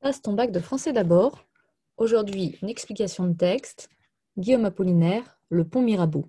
Passe ton bac de français d'abord. Aujourd'hui, une explication de texte. Guillaume Apollinaire, le pont Mirabeau.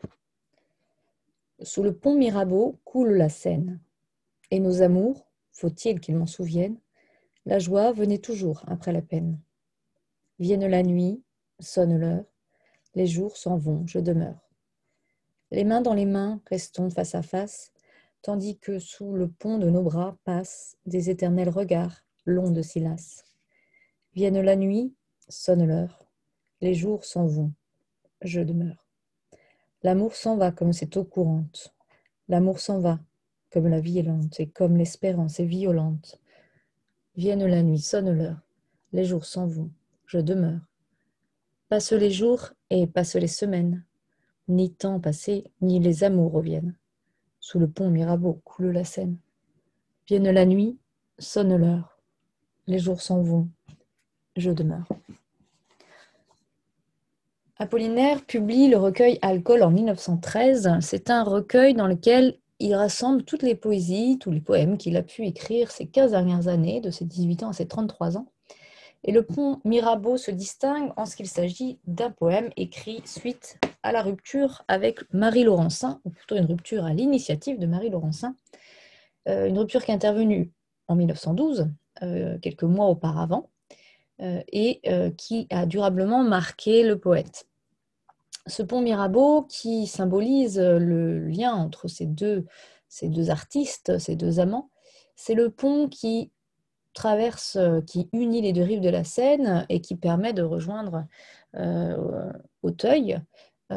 Sous le pont Mirabeau coule la Seine. Et nos amours, faut-il qu'ils m'en souviennent, la joie venait toujours après la peine. Vienne la nuit, sonne l'heure, les jours s'en vont, je demeure. Les mains dans les mains, restons face à face, tandis que sous le pont de nos bras passent des éternels regards, longs de Silas. Vienne la nuit, sonne l'heure, les jours s'en vont, je demeure. L'amour s'en va comme cette eau courante. L'amour s'en va comme la vie est lente et comme l'espérance est violente. Vienne la nuit, sonne l'heure, les jours s'en vont, je demeure. Passent les jours et passent les semaines, ni temps passé, ni les amours reviennent. Sous le pont Mirabeau coule la Seine. Vienne la nuit, sonne l'heure, les jours s'en vont, je demeure. Apollinaire publie le recueil Alcool en 1913. C'est un recueil dans lequel il rassemble toutes les poésies, tous les poèmes qu'il a pu écrire ces 15 dernières années, de ses 18 ans à ses 33 ans. Et le pont Mirabeau se distingue en ce qu'il s'agit d'un poème écrit suite à la rupture avec Marie Laurencin, ou plutôt une rupture à l'initiative de Marie Laurencin, une rupture qui est intervenue en 1912, quelques mois auparavant, et qui a durablement marqué le poète. Ce pont Mirabeau qui symbolise le lien entre ces deux artistes, ces deux amants, c'est le pont qui traverse, qui unit les deux rives de la Seine et qui permet de rejoindre Auteuil,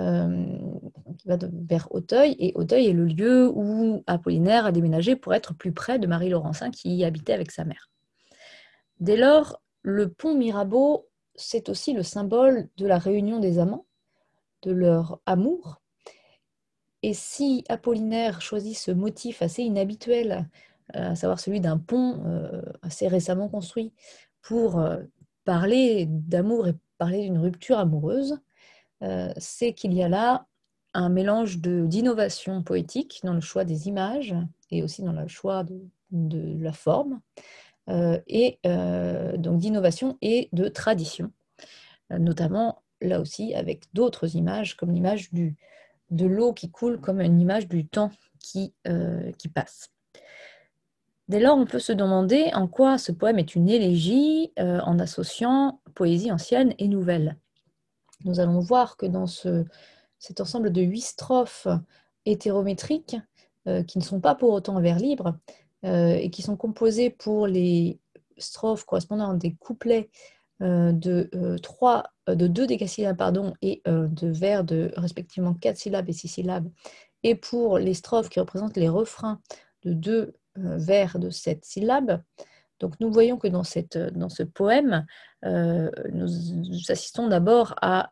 qui va vers Auteuil, et Auteuil est le lieu où Apollinaire a déménagé pour être plus près de Marie Laurencin qui y habitait avec sa mère. Dès lors, le pont Mirabeau, c'est aussi le symbole de la réunion des amants, de leur amour. Et si Apollinaire choisit ce motif assez inhabituel, à savoir celui d'un pont assez récemment construit, pour parler d'amour et parler d'une rupture amoureuse, c'est qu'il y a là un mélange d'innovation poétique dans le choix des images et aussi dans le choix de la forme, et donc d'innovation et de tradition, notamment là aussi avec d'autres images comme l'image de l'eau qui coule comme une image du temps qui passe. Dès lors, on peut se demander en quoi ce poème est une élégie en associant poésie ancienne et nouvelle. Nous allons voir que dans cet ensemble de 8 strophes hétérométriques, qui ne sont pas pour autant en vers libre, et qui sont composées pour les strophes correspondant à des couplets de 2 décasyllabes et de vers de respectivement 4 syllabes et 6 syllabes, et pour les strophes qui représentent les refrains de 2 vers de 7 syllabes. Donc nous voyons que dans ce poème, nous assistons d'abord à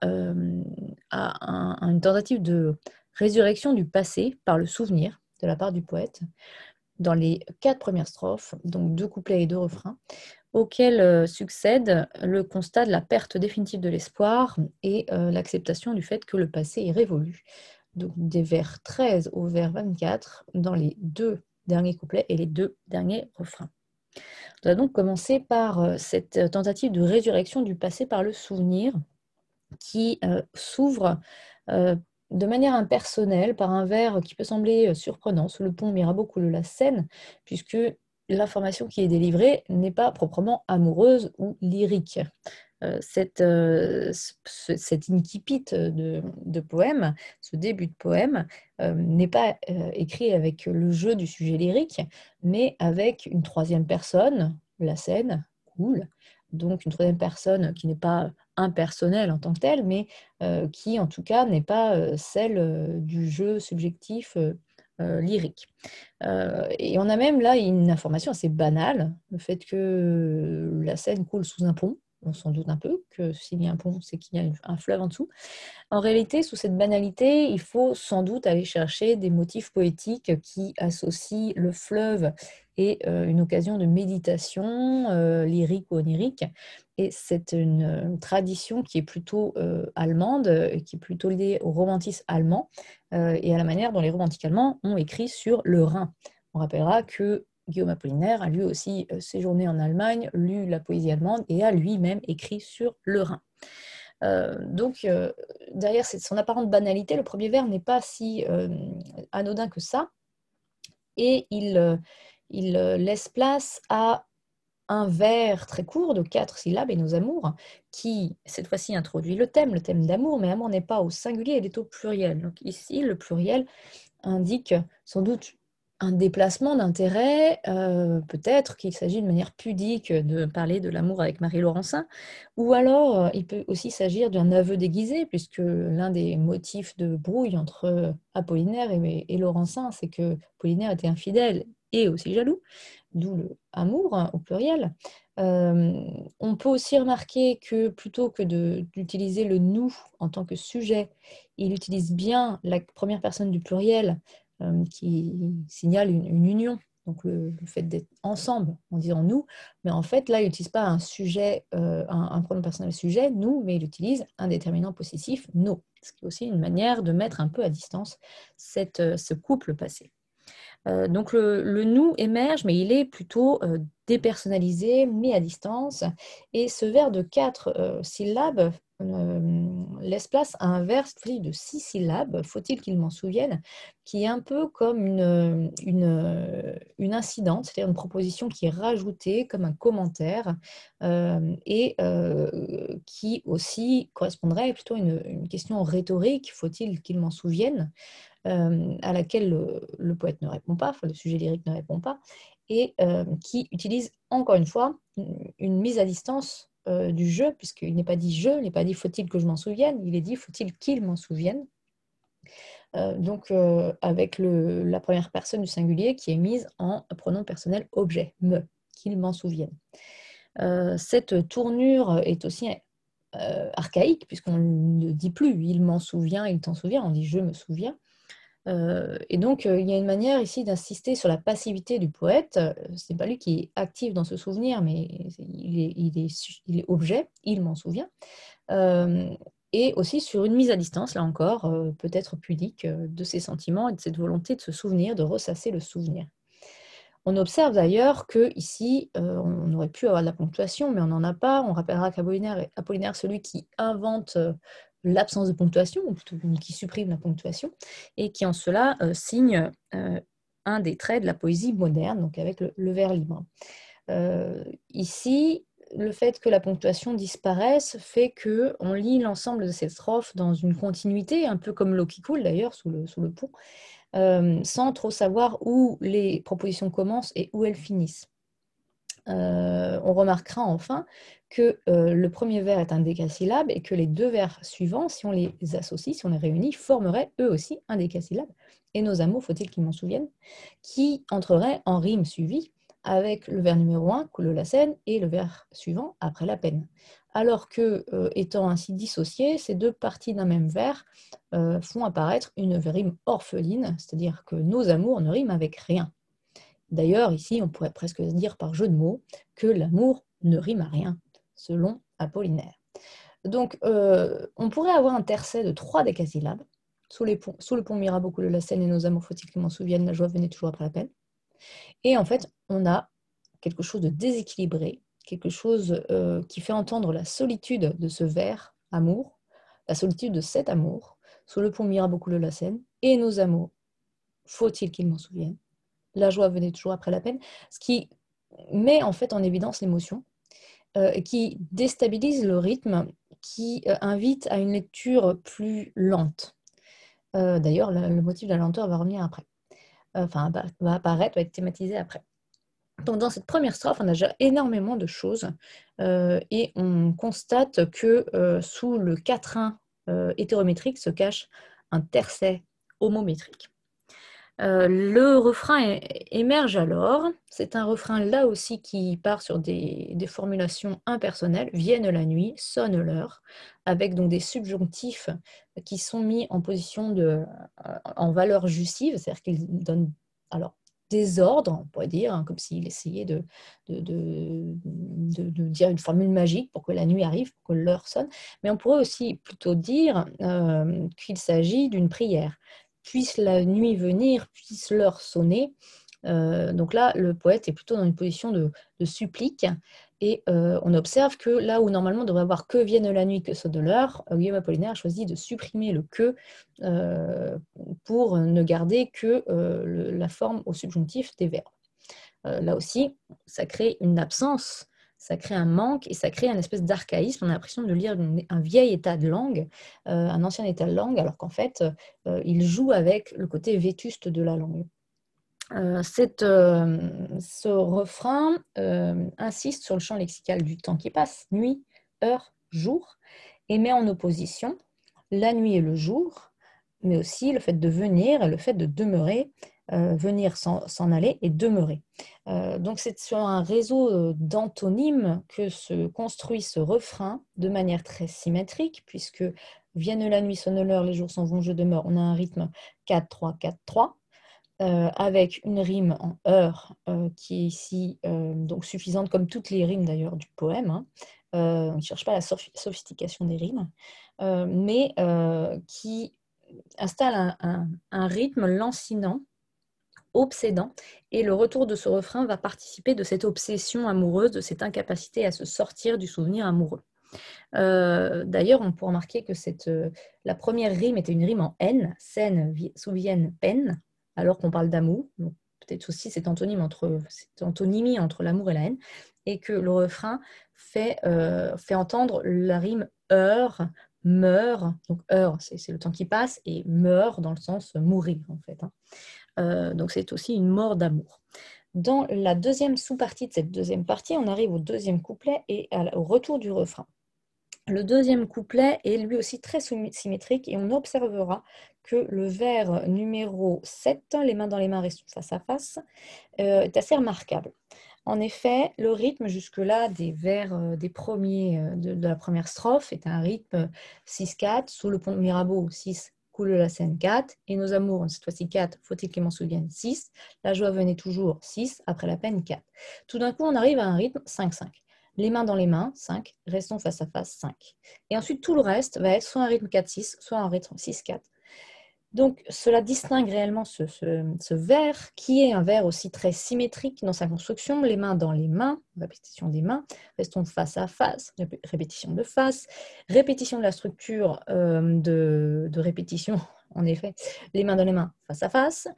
une tentative de résurrection du passé par le souvenir de la part du poète, dans les 4 premières strophes, donc 2 couplets et 2 refrains, auquel succède le constat de la perte définitive de l'espoir et l'acceptation du fait que le passé est révolu. Donc des vers 13 au vers 24 dans les 2 derniers couplets et les 2 derniers refrains. On va donc commencer par cette tentative de résurrection du passé par le souvenir qui s'ouvre de manière impersonnelle par un vers qui peut sembler surprenant. Sous le pont Mirabeau coule la Seine, puisque l'information qui est délivrée n'est pas proprement amoureuse ou lyrique. Cet incipit de poème, ce début de poème, n'est pas écrit avec le jeu du sujet lyrique, mais avec une troisième personne, la Seine coule, donc une troisième personne qui n'est pas impersonnelle en tant que telle, mais qui en tout cas n'est pas celle du jeu subjectif lyrique. Et on a même là une information assez banale, le fait que la Seine coule sous un pont. On s'en doute un peu que s'il y a un pont, c'est qu'il y a un fleuve en dessous. En réalité, sous cette banalité, il faut sans doute aller chercher des motifs poétiques qui associent le fleuve et une occasion de méditation lyrique ou onirique. Et c'est une tradition qui est plutôt allemande, qui est plutôt liée au romantisme allemand et à la manière dont les romantiques allemands ont écrit sur le Rhin. On rappellera que Guillaume Apollinaire a lui aussi séjourné en Allemagne, lu la poésie allemande et a lui-même écrit sur le Rhin. Donc, derrière son apparente banalité, le premier vers n'est pas si anodin que ça, et il laisse place à un vers très court de 4 syllabes, et nos amours, qui, cette fois-ci, introduit le thème d'amour, mais amour n'est pas au singulier, il est au pluriel. Donc ici, le pluriel indique sans doute un déplacement d'intérêt, peut-être qu'il s'agit de manière pudique de parler de l'amour avec Marie Laurencin, ou alors il peut aussi s'agir d'un aveu déguisé, puisque l'un des motifs de brouille entre Apollinaire et Laurencin, c'est que Apollinaire était infidèle et aussi jaloux, d'où le amour au pluriel. On peut aussi remarquer que plutôt que d'utiliser le nous en tant que sujet, il utilise bien la première personne du pluriel qui signale une union, donc le fait d'être ensemble en disant nous, mais en fait là il n'utilise pas un sujet, un pronom personnel sujet, nous, mais il utilise un déterminant possessif, nos, ce qui est aussi une manière de mettre un peu à distance ce couple passé. Donc le nous émerge, mais il est plutôt dépersonnalisé, mis à distance. Et ce vers de 4 syllabes laisse place à un vers de 6 syllabes, faut-il qu'il m'en souvienne, qui est un peu comme une incidente, c'est-à-dire une proposition qui est rajoutée comme un commentaire et qui aussi correspondrait plutôt à une question rhétorique, faut-il qu'il m'en souvienne, à laquelle le poète ne répond pas, enfin, le sujet lyrique ne répond pas, et qui utilise encore une fois une mise à distance du je, puisqu'il n'est pas dit je, il n'est pas dit faut-il que je m'en souvienne, il est dit faut-il qu'il m'en souvienne. Donc avec la première personne du singulier qui est mise en pronom personnel objet, me, qu'il m'en souvienne. Cette tournure est aussi archaïque, puisqu'on ne dit plus il m'en souvient, il t'en souvient, on dit je me souviens. Et donc, il y a une manière ici d'insister sur la passivité du poète. Ce n'est pas lui qui est actif dans ce souvenir, mais il est objet, il m'en souvient. Et aussi sur une mise à distance, là encore, peut-être pudique, de ses sentiments et de cette volonté de se souvenir, de ressasser le souvenir. On observe d'ailleurs qu'ici, on aurait pu avoir de la ponctuation, mais on n'en a pas. On rappellera qu'Apollinaire est celui qui invente l'absence de ponctuation, ou plutôt qui supprime la ponctuation, et qui en cela signe un des traits de la poésie moderne, donc avec le vers libre. Ici, le fait que la ponctuation disparaisse fait qu'on lit l'ensemble de cette strophe dans une continuité, un peu comme l'eau qui coule d'ailleurs sous le pont, sans trop savoir où les propositions commencent et où elles finissent. On remarquera enfin que le premier vers est un décasyllabe et que les 2 vers suivants, si on les associe, si on les réunit, formeraient eux aussi un décasyllabe. Et nos amours, faut-il qu'ils m'en souviennent, qui entreraient en rime suivie avec le vers numéro 1, coule la Seine, et le vers suivant, après la peine. Alors que, étant ainsi dissociées, ces 2 parties d'un même vers font apparaître une rime orpheline, c'est-à-dire que nos amours ne riment avec rien. D'ailleurs, ici, on pourrait presque dire par jeu de mots que l'amour ne rime à rien, selon Apollinaire. Donc, on pourrait avoir un tercet de 3 décasyllabes. Sous le pont Mirabeau coule la Seine et nos amours, faut-il qu'ils m'en souviennent, la joie venait toujours après la peine. Et en fait, on a quelque chose de déséquilibré, quelque chose qui fait entendre la solitude de ce vers amour, la solitude de cet amour, sous le pont Mirabeau coule la Seine et nos amours, faut-il qu'ils m'en souviennent. La joie venait toujours après la peine, ce qui met en fait en évidence l'émotion, qui déstabilise le rythme, qui invite à une lecture plus lente. D'ailleurs, le motif de la lenteur va revenir après. Va apparaître, va être thématisé après. Donc dans cette première strophe, on a déjà énormément de choses et on constate que sous le quatrain hétérométrique se cache un tercet homométrique. Le refrain émerge alors. C'est un refrain là aussi qui part sur des formulations impersonnelles. Vienne la nuit, sonne l'heure, avec donc des subjonctifs qui sont mis en position en valeur jussive, c'est-à-dire qu'ils donnent alors des ordres, on pourrait dire, hein, comme s'il essayait de dire une formule magique pour que la nuit arrive, pour que l'heure sonne. Mais on pourrait aussi plutôt dire qu'il s'agit d'une prière. Puisse la nuit venir, puisse l'heure sonner, Donc là, le poète est plutôt dans une position de supplique. Et on observe que là où normalement on devrait avoir que vienne la nuit, que soit de l'heure, Guillaume Apollinaire a choisi de supprimer le que pour ne garder que la forme au subjonctif des verbes. Là aussi, ça crée une absence, ça crée un manque et ça crée une espèce d'archaïsme. On a l'impression de lire un vieil état de langue, un ancien état de langue, alors qu'en fait, il joue avec le côté vétuste de la langue. Ce refrain insiste sur le champ lexical du temps qui passe, nuit, heure, jour, et met en opposition la nuit et le jour, mais aussi le fait de venir et le fait de demeurer, venir s'en aller et demeurer. Donc c'est sur un réseau d'antonymes que se construit ce refrain de manière très symétrique, puisque vienne la nuit, sonne l'heure, les jours s'en vont, je demeure, on a un rythme 4-3-4-3. Avec une rime en heure qui est ici donc suffisante, comme toutes les rimes d'ailleurs du poème. Hein. On ne cherche pas la sophistication des rimes, mais qui installe un rythme lancinant, obsédant, et le retour de ce refrain va participer de cette obsession amoureuse, de cette incapacité à se sortir du souvenir amoureux. D'ailleurs, on peut remarquer que la première rime était une rime en N, scène, souvienne, peine, alors qu'on parle d'amour. Donc, peut-être aussi cette antonymie entre l'amour et la haine, et que le refrain fait entendre la rime heure, meurt. Donc, heure, c'est le temps qui passe, et meurt dans le sens mourir, en fait. Hein. Donc, c'est aussi une mort d'amour. Dans la deuxième sous-partie de cette deuxième partie, on arrive au deuxième couplet et au retour du refrain. Le deuxième couplet est lui aussi très symétrique et on observera que le vers numéro 7, les mains dans les mains restent face à face, est assez remarquable. En effet, le rythme jusque-là des vers des premiers, de la première strophe est un rythme 6-4, sous le pont de Mirabeau, 6, coule la Seine 4, et nos amours, cette fois-ci 4, faut-il qu'il m'en souvienne 6, la joie venait toujours 6, après la peine 4. Tout d'un coup, on arrive à un rythme 5-5. Les mains dans les mains, 5, restons face à face, 5. Et ensuite, tout le reste va être soit un rythme 4-6, soit un rythme 6-4. Donc, cela distingue réellement ce vers, qui est un vers aussi très symétrique dans sa construction, les mains dans les mains, répétition des mains, restons face à face, répétition de face, répétition de la structure de répétition, en effet, les mains dans les mains, face à face.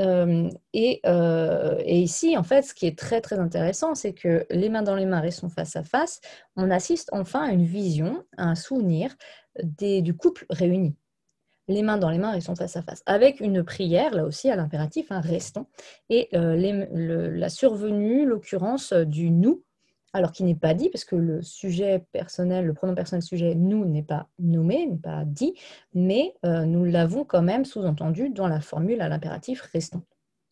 Et ici, en fait, ce qui est très, très intéressant, c'est que les mains dans les mains, restons face à face, on assiste enfin à une vision, à un souvenir du couple réuni. Les mains dans les mains, ils sont face à face. Avec une prière, là aussi, à l'impératif, hein, restons. Et la survenue, l'occurrence du nous, alors qui n'est pas dit, parce que le sujet personnel, le pronom personnel sujet nous n'est pas nommé, n'est pas dit, mais nous l'avons quand même sous-entendu dans la formule à l'impératif restons.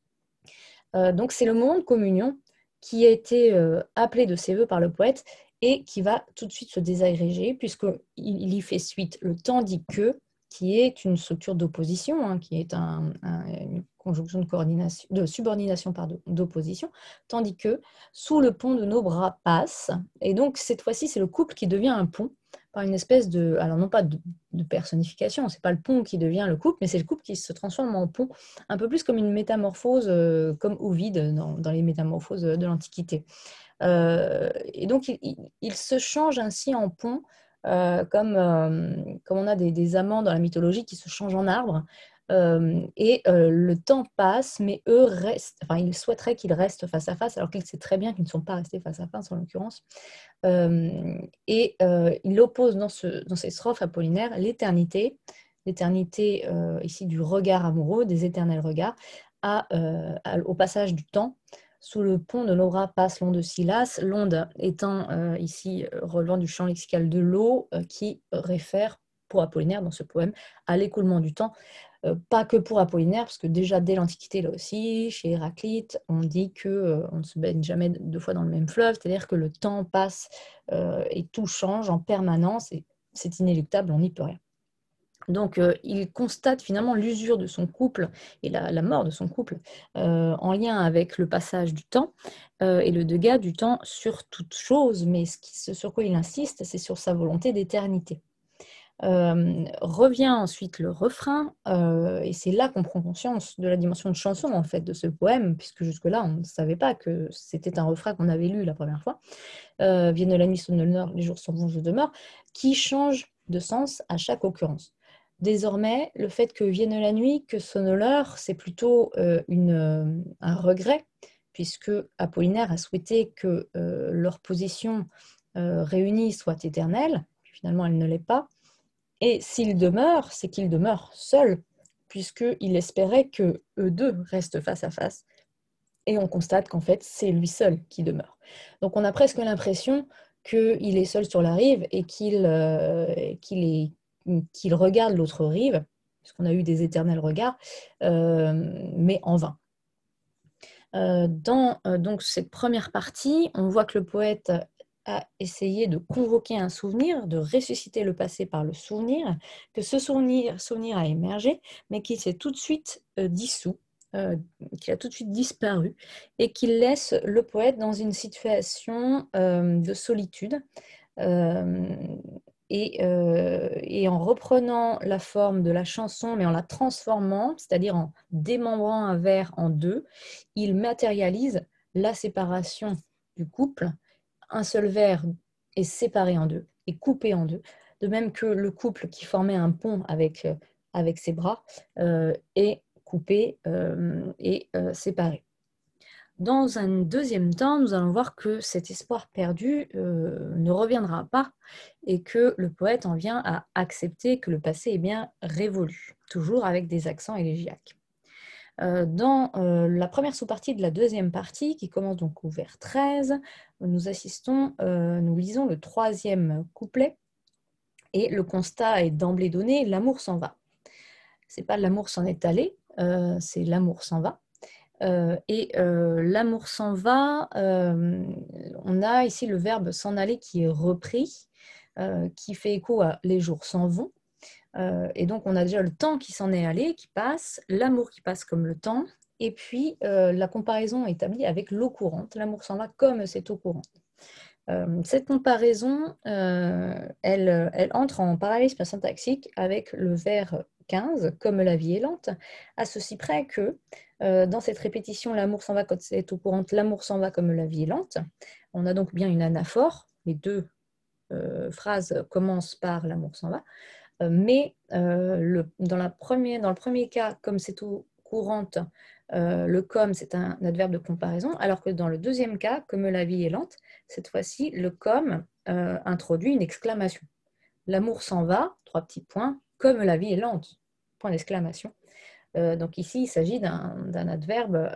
Donc c'est le moment de communion qui a été appelé de ses voeux par le poète et qui va tout de suite se désagréger, puisqu'il y fait suite le tandis que, qui est une structure d'opposition, hein, qui est une conjonction de subordination d'opposition, tandis que sous le pont de nos bras passe. Et donc cette fois-ci, c'est le couple qui devient un pont par une espèce alors non pas de personnification, c'est pas le pont qui devient le couple, mais c'est le couple qui se transforme en pont, un peu plus comme une métamorphose, comme Ovide dans les métamorphoses de l'Antiquité. Et donc il se change ainsi en pont, comme on a des amants dans la mythologie qui se changent en arbres. Le temps passe, mais eux restent, enfin, ils souhaiteraient qu'ils restent face à face, alors qu'ils savent très bien qu'ils ne sont pas restés face à face en l'occurrence. Il oppose dans ces strophes apollinaires l'éternité ici du regard amoureux, des éternels regards, au passage du temps. Sous le pont de Nora passe l'onde de Silas, l'onde étant ici relevant du champ lexical de l'eau, qui réfère pour Apollinaire dans ce poème à l'écoulement du temps. Pas que pour Apollinaire, parce que déjà dès l'Antiquité, là aussi, chez Héraclite, on dit qu'on ne se baigne jamais deux fois dans le même fleuve, c'est-à-dire que le temps passe et tout change en permanence, et c'est inéluctable, on n'y peut rien. Donc, il constate finalement l'usure de son couple et la mort de son couple en lien avec le passage du temps et le dégât du temps sur toute chose, mais sur quoi il insiste, c'est sur sa volonté d'éternité. Revient ensuite le refrain, et c'est là qu'on prend conscience de la dimension de chanson en fait de ce poème, puisque jusque-là on ne savait pas que c'était un refrain qu'on avait lu la première fois. Vienne la nuit, sonne l'heure, les jours s'en vont, je demeure, qui change de sens à chaque occurrence. Désormais, le fait que vienne la nuit, que sonne l'heure, c'est plutôt un regret, puisque Apollinaire a souhaité que leur position réunie soit éternelle, puis finalement elle ne l'est pas. Et s'il demeure, c'est qu'il demeure seul, puisqu'il espérait que eux deux restent face à face. Et on constate qu'en fait, c'est lui seul qui demeure. Donc on a presque l'impression qu'il est seul sur la rive et qu'il regarde l'autre rive, puisqu'on a eu des éternels regards, mais en vain. Dans donc cette première partie, on voit que le poète a essayé de convoquer un souvenir, de ressusciter le passé par le souvenir, que ce souvenir a émergé, mais qui s'est tout de suite dissous, qui a tout de suite disparu, et qui laisse le poète dans une situation de solitude. Euh, et en reprenant la forme de la chanson, mais en la transformant, c'est-à-dire en démembrant un vers en deux, il matérialise la séparation du couple. Un seul vers est séparé en deux, est coupé en deux, de même que le couple qui formait un pont avec ses bras est coupé et séparé. Dans un deuxième temps, nous allons voir que cet espoir perdu ne reviendra pas et que le poète en vient à accepter que le passé est bien révolu, toujours avec des accents élégiaques. Dans la première sous-partie de la deuxième partie, qui commence donc au vers 13, nous lisons le troisième couplet et le constat est d'emblée donné, l'amour s'en va. C'est pas l'amour s'en est allé, c'est l'amour s'en va. L'amour s'en va, on a ici le verbe s'en aller qui est repris, qui fait écho à les jours s'en vont. Et donc on a déjà le temps qui s'en est allé, qui passe, l'amour qui passe comme le temps, et puis la comparaison établie avec l'eau courante. L'amour s'en va comme cette eau courante. Cette comparaison, elle entre en parallélisme syntaxique avec le vers 15, comme la vie est lente, à ceci près que dans cette répétition, l'amour s'en va quand c'est eau courante, l'amour s'en va comme la vie est lente. On a donc bien une anaphore, les deux phrases commencent par l'amour s'en va, mais dans le premier cas, comme c'est eau courante, le comme, c'est un adverbe de comparaison, alors que dans le deuxième cas, comme la vie est lente, cette fois-ci, le comme introduit une exclamation. L'amour s'en va, trois petits points, comme la vie est lente, point d'exclamation. Donc ici, il s'agit d'un adverbe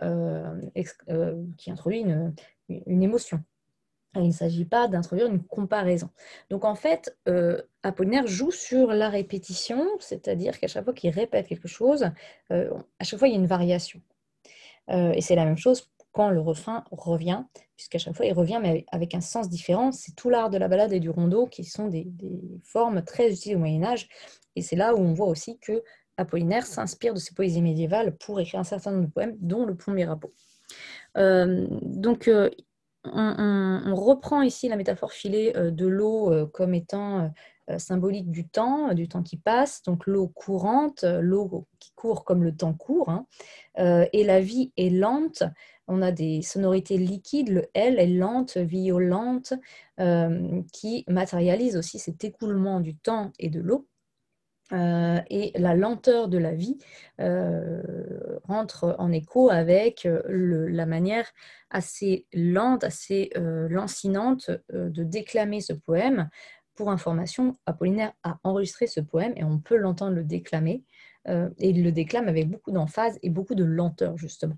qui introduit une émotion. Il ne s'agit pas d'introduire une comparaison. Donc en fait, Apollinaire joue sur la répétition, c'est-à-dire qu'à chaque fois qu'il répète quelque chose, à chaque fois il y a une variation. Et c'est la même chose quand le refrain revient, puisqu'à chaque fois il revient, mais avec un sens différent. C'est tout l'art de la ballade et du rondeau qui sont des formes très utiles au Moyen-Âge. Et c'est là où on voit aussi que Apollinaire s'inspire de ces poésies médiévales pour écrire un certain nombre de poèmes, dont le Pont Mirabeau. Donc, on reprend ici la métaphore filée de l'eau comme étant symbolique du temps qui passe, donc l'eau courante, l'eau qui court comme le temps court, hein, et la vie est lente. On a des sonorités liquides, le L est lente, violente, qui matérialise aussi cet écoulement du temps et de l'eau. Et la lenteur de la vie rentre en écho avec la manière assez lente, assez lancinante de déclamer ce poème. Pour information, Apollinaire a enregistré ce poème et on peut l'entendre le déclamer. Et il le déclame avec beaucoup d'emphase et beaucoup de lenteur, justement.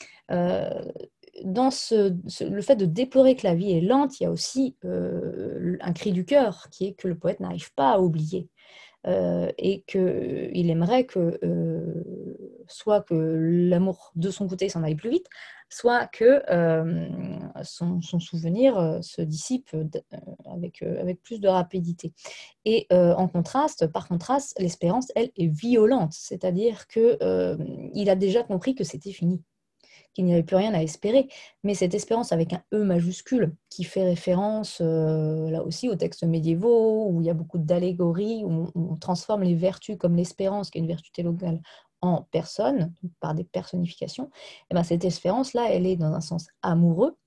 Dans le fait de déplorer que la vie est lente, il y a aussi un cri du cœur qui est que le poète n'arrive pas à oublier. Et qu'il aimerait que soit que l'amour de son côté s'en aille plus vite, soit que son souvenir se dissipe avec plus de rapidité. Et par contraste, l'espérance, elle, est violente, c'est-à-dire qu'il a déjà compris que c'était fini, qu'il n'y avait plus rien à espérer. Mais cette espérance avec un E majuscule, qui fait référence là aussi aux textes médiévaux, où il y a beaucoup d'allégories, où on transforme les vertus comme l'espérance, qui est une vertu théologale, en personnes, par des personnifications, et bien cette espérance-là, elle est dans un sens amoureux,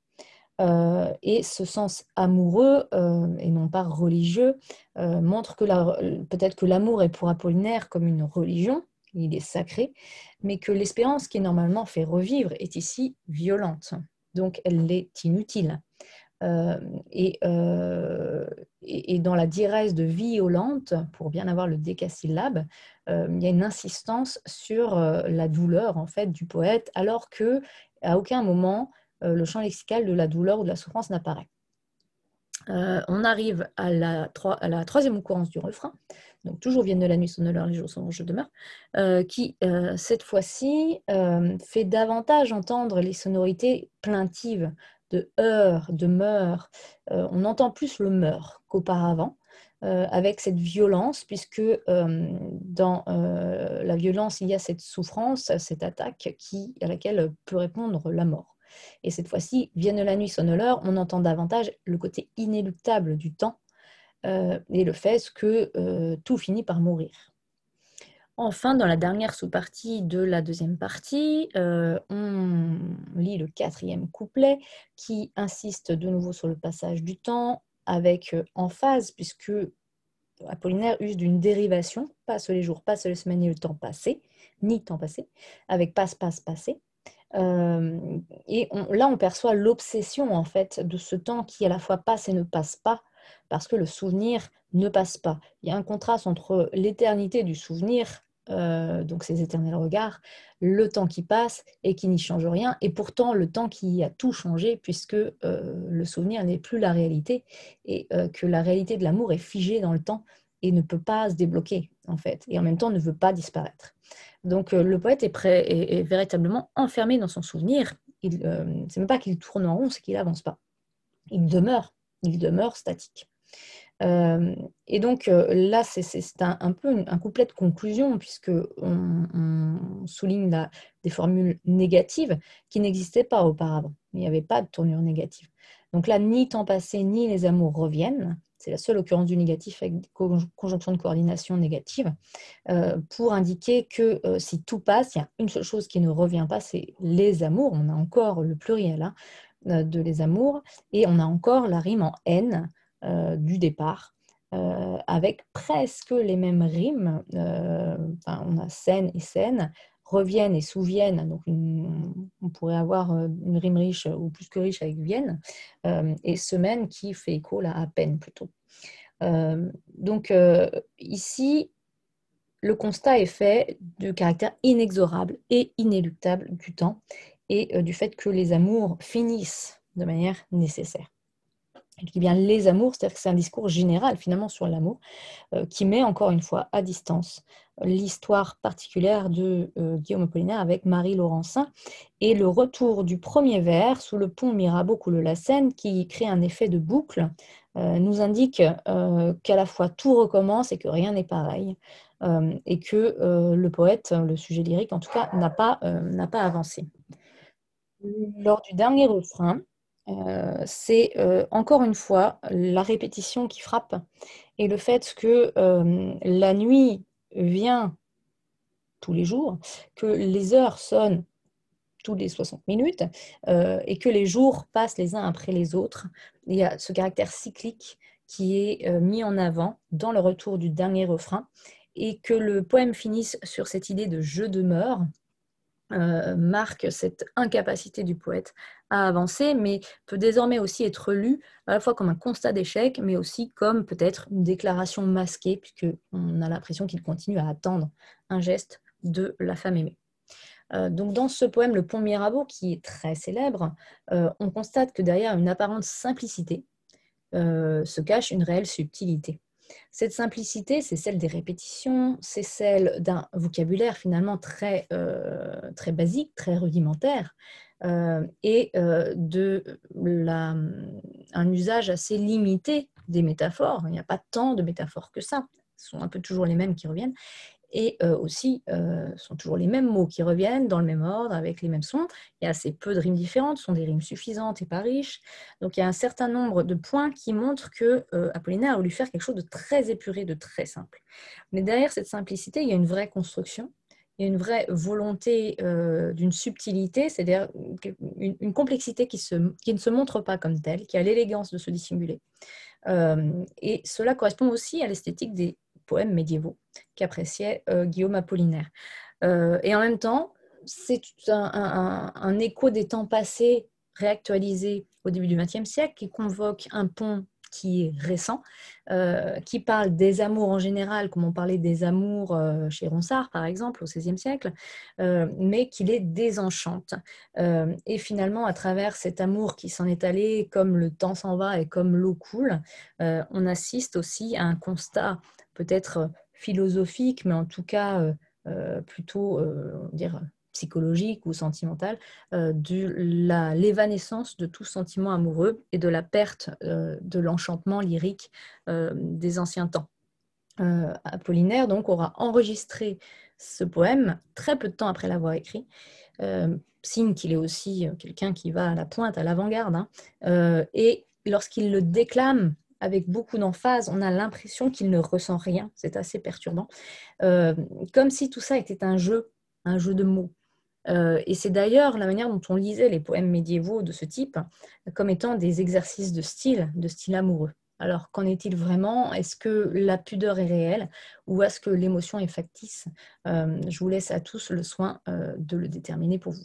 et ce sens amoureux, et non pas religieux, montre que peut-être que l'amour est pour Apollinaire comme une religion, il est sacré, mais que l'espérance qui normalement fait revivre est ici violente, donc elle est inutile. Euh, et, euh, et dans la diérèse de violente, pour bien avoir le décasyllabe, il y a une insistance sur la douleur en fait du poète, alors que à aucun moment le champ lexical de la douleur ou de la souffrance n'apparaît. On arrive à la troisième occurrence du refrain, donc toujours viennent de la nuit sonne l'heure, les jours sont je demeure, qui cette fois-ci fait davantage entendre les sonorités plaintives de heure, de meur. On entend plus le meur qu'auparavant, avec cette violence, puisque dans la violence, il y a cette souffrance, cette attaque à laquelle peut répondre la mort. Et cette fois-ci, vienne la nuit, sonne l'heure, on entend davantage le côté inéluctable du temps et le fait que tout finit par mourir. Enfin, dans la dernière sous-partie de la deuxième partie, on lit le quatrième couplet qui insiste de nouveau sur le passage du temps avec emphase, puisque Apollinaire use d'une dérivation, passe les jours, passe les semaines et le temps passé, ni temps passé, avec passe, passe, passé. Là, on perçoit l'obsession en fait de ce temps qui à la fois passe et ne passe pas, parce que le souvenir ne passe pas. Il y a un contraste entre l'éternité du souvenir, donc ces éternels regards, le temps qui passe et qui n'y change rien, et pourtant le temps qui a tout changé, puisque le souvenir n'est plus la réalité, et que la réalité de l'amour est figée dans le temps et ne peut pas se débloquer, en fait, et en même temps ne veut pas disparaître. Donc le poète est véritablement enfermé dans son souvenir. C'est même pas qu'il tourne en rond, c'est qu'il n'avance pas. Il demeure statique. Et donc là, c'est un peu un couplet de conclusion, puisque on souligne des formules négatives qui n'existaient pas auparavant. Il n'y avait pas de tournure négative. Donc là, ni temps passé, ni les amours reviennent. C'est la seule occurrence du négatif avec des conjonctions de coordination négatives, pour indiquer que si tout passe, il y a une seule chose qui ne revient pas, c'est les amours. On a encore le pluriel de les amours, et on a encore la rime en N du départ, avec presque les mêmes rimes. On a scène et scène, reviennent et souviennent, donc on pourrait avoir une rime riche ou plus que riche avec vienne, et semaine qui fait écho là, à peine plutôt. Donc ici, le constat est fait du caractère inexorable et inéluctable du temps et du fait que les amours finissent de manière nécessaire. Je dis bien les amours, c'est-à-dire que c'est un discours général finalement sur l'amour qui met encore une fois à distance l'histoire particulière de Guillaume Apollinaire avec Marie Laurencin et le retour du premier vers sous le pont Mirabeau coule la Seine qui crée un effet de boucle, nous indique qu'à la fois tout recommence et que rien n'est pareil, et que le poète, le sujet lyrique en tout cas, n'a pas avancé. Lors du dernier refrain, c'est encore une fois la répétition qui frappe et le fait que la nuit vient tous les jours, que les heures sonnent tous les 60 minutes et que les jours passent les uns après les autres. Il y a ce caractère cyclique qui est mis en avant dans le retour du dernier refrain et que le poème finisse sur cette idée de je demeure. Marque cette incapacité du poète à avancer, mais peut désormais aussi être lu à la fois comme un constat d'échec, mais aussi comme peut-être une déclaration masquée, puisqu'on a l'impression qu'il continue à attendre un geste de la femme aimée. Donc dans ce poème, Le Pont Mirabeau, qui est très célèbre, on constate que derrière une apparente simplicité se cache une réelle subtilité. Cette simplicité, c'est celle des répétitions, c'est celle d'un vocabulaire finalement très basique, très rudimentaire, et un usage assez limité des métaphores. Il n'y a pas tant de métaphores que ça. Ce sont un peu toujours les mêmes qui reviennent. Et aussi, sont toujours les mêmes mots qui reviennent dans le même ordre, avec les mêmes sons. Il y a assez peu de rimes différentes, ce sont des rimes suffisantes et pas riches. Donc il y a un certain nombre de points qui montrent que Apollinaire a voulu faire quelque chose de très épuré, de très simple. Mais derrière cette simplicité, il y a une vraie construction, il y a une vraie volonté d'une subtilité, c'est-à-dire une complexité qui ne se montre pas comme telle, qui a l'élégance de se dissimuler. Et cela correspond aussi à l'esthétique des poèmes médiévaux qu'appréciait Guillaume Apollinaire. Et en même temps, c'est un écho des temps passés réactualisé au début du XXe siècle qui convoque un pont qui est récent, qui parle des amours en général, comme on parlait des amours chez Ronsard, par exemple, au XVIe siècle, mais qui les désenchante. Et finalement, à travers cet amour qui s'en est allé, comme le temps s'en va et comme l'eau coule, on assiste aussi à un constat peut-être philosophique, mais en tout cas plutôt dire, psychologique ou sentimental, de l'évanescence de tout sentiment amoureux et de la perte de l'enchantement lyrique des anciens temps. Apollinaire donc aura enregistré ce poème très peu de temps après l'avoir écrit, signe qu'il est aussi quelqu'un qui va à la pointe, à l'avant-garde, hein, et lorsqu'il le déclame avec beaucoup d'emphase, on a l'impression qu'il ne ressent rien, c'est assez perturbant, comme si tout ça était un jeu de mots. Et c'est d'ailleurs la manière dont on lisait les poèmes médiévaux de ce type comme étant des exercices de style amoureux. Alors, qu'en est-il vraiment? Est-ce que la pudeur est réelle ou est-ce que l'émotion est factice? Je vous laisse à tous le soin de le déterminer pour vous.